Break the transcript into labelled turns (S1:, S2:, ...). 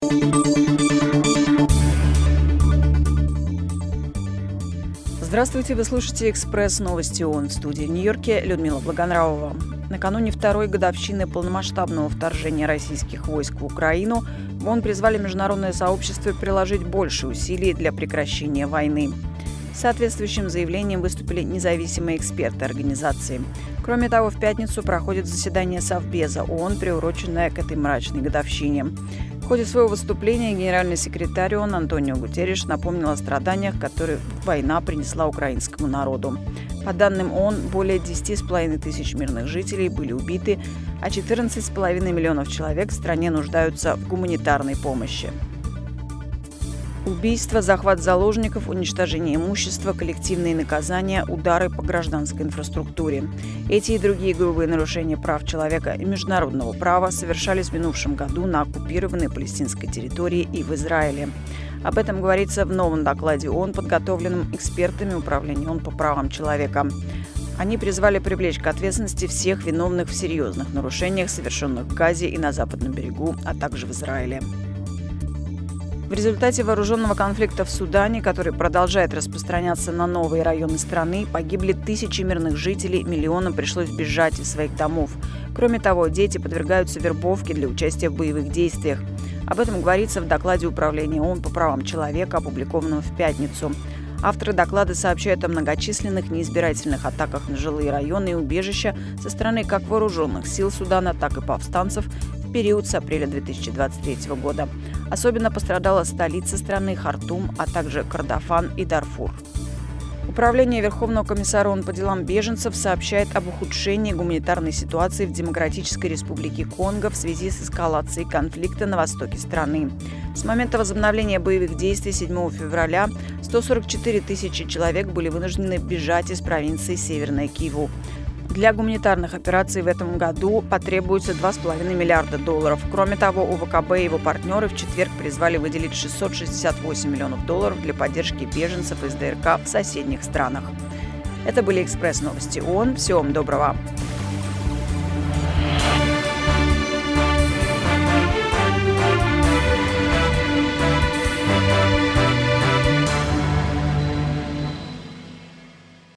S1: Здравствуйте, вы слушаете «Экспресс новости ООН», в студии в Нью-Йорке Людмила Благонравова. Накануне второй годовщины полномасштабного вторжения российских войск в Украину в ООН призвали международное сообщество приложить больше усилий для прекращения войны. С соответствующим заявлением выступили независимые эксперты организации. Кроме того, в пятницу проходит заседание Совбеза ООН, приуроченное к этой мрачной годовщине. В ходе своего выступления генеральный секретарь ООН Антонио Гутерриш напомнил о страданиях, которые война принесла украинскому народу. По данным ООН, более 10,5 тысяч мирных жителей были убиты, а 14,5 миллионов человек в стране нуждаются в гуманитарной помощи. Убийства, захват заложников, уничтожение имущества, коллективные наказания, удары по гражданской инфраструктуре. Эти и другие грубые нарушения прав человека и международного права совершались в минувшем году на оккупированной палестинской территории и в Израиле. Об этом говорится в новом докладе ООН, подготовленном экспертами Управления ООН по правам человека. Они призвали привлечь к ответственности всех виновных в серьезных нарушениях, совершенных в Газе и на Западном берегу, а также в Израиле. В результате вооруженного конфликта в Судане, который продолжает распространяться на новые районы страны, погибли тысячи мирных жителей, миллионам пришлось бежать из своих домов. Кроме того, дети подвергаются вербовке для участия в боевых действиях. Об этом говорится в докладе Управления ООН по правам человека, опубликованном в пятницу. Авторы доклада сообщают о многочисленных неизбирательных атаках на жилые районы и убежища со стороны как вооруженных сил Судана, так и повстанцев в период с апреля 2023 года. Особенно пострадала столица страны Хартум, а также Кордофан и Дарфур. Управление Верховного комиссара ООН по делам беженцев сообщает об ухудшении гуманитарной ситуации в Демократической Республике Конго в связи с эскалацией конфликта на востоке страны. С момента возобновления боевых действий 7 февраля 144 тысячи человек были вынуждены бежать из провинции Северная Киву. Для гуманитарных операций в этом году потребуется $2,5 миллиарда. Кроме того, ОВКБ и его партнеры в четверг призвали выделить $668 миллионов для поддержки беженцев из ДРК в соседних странах. Это были «Экспресс новости ООН». Всего вам доброго.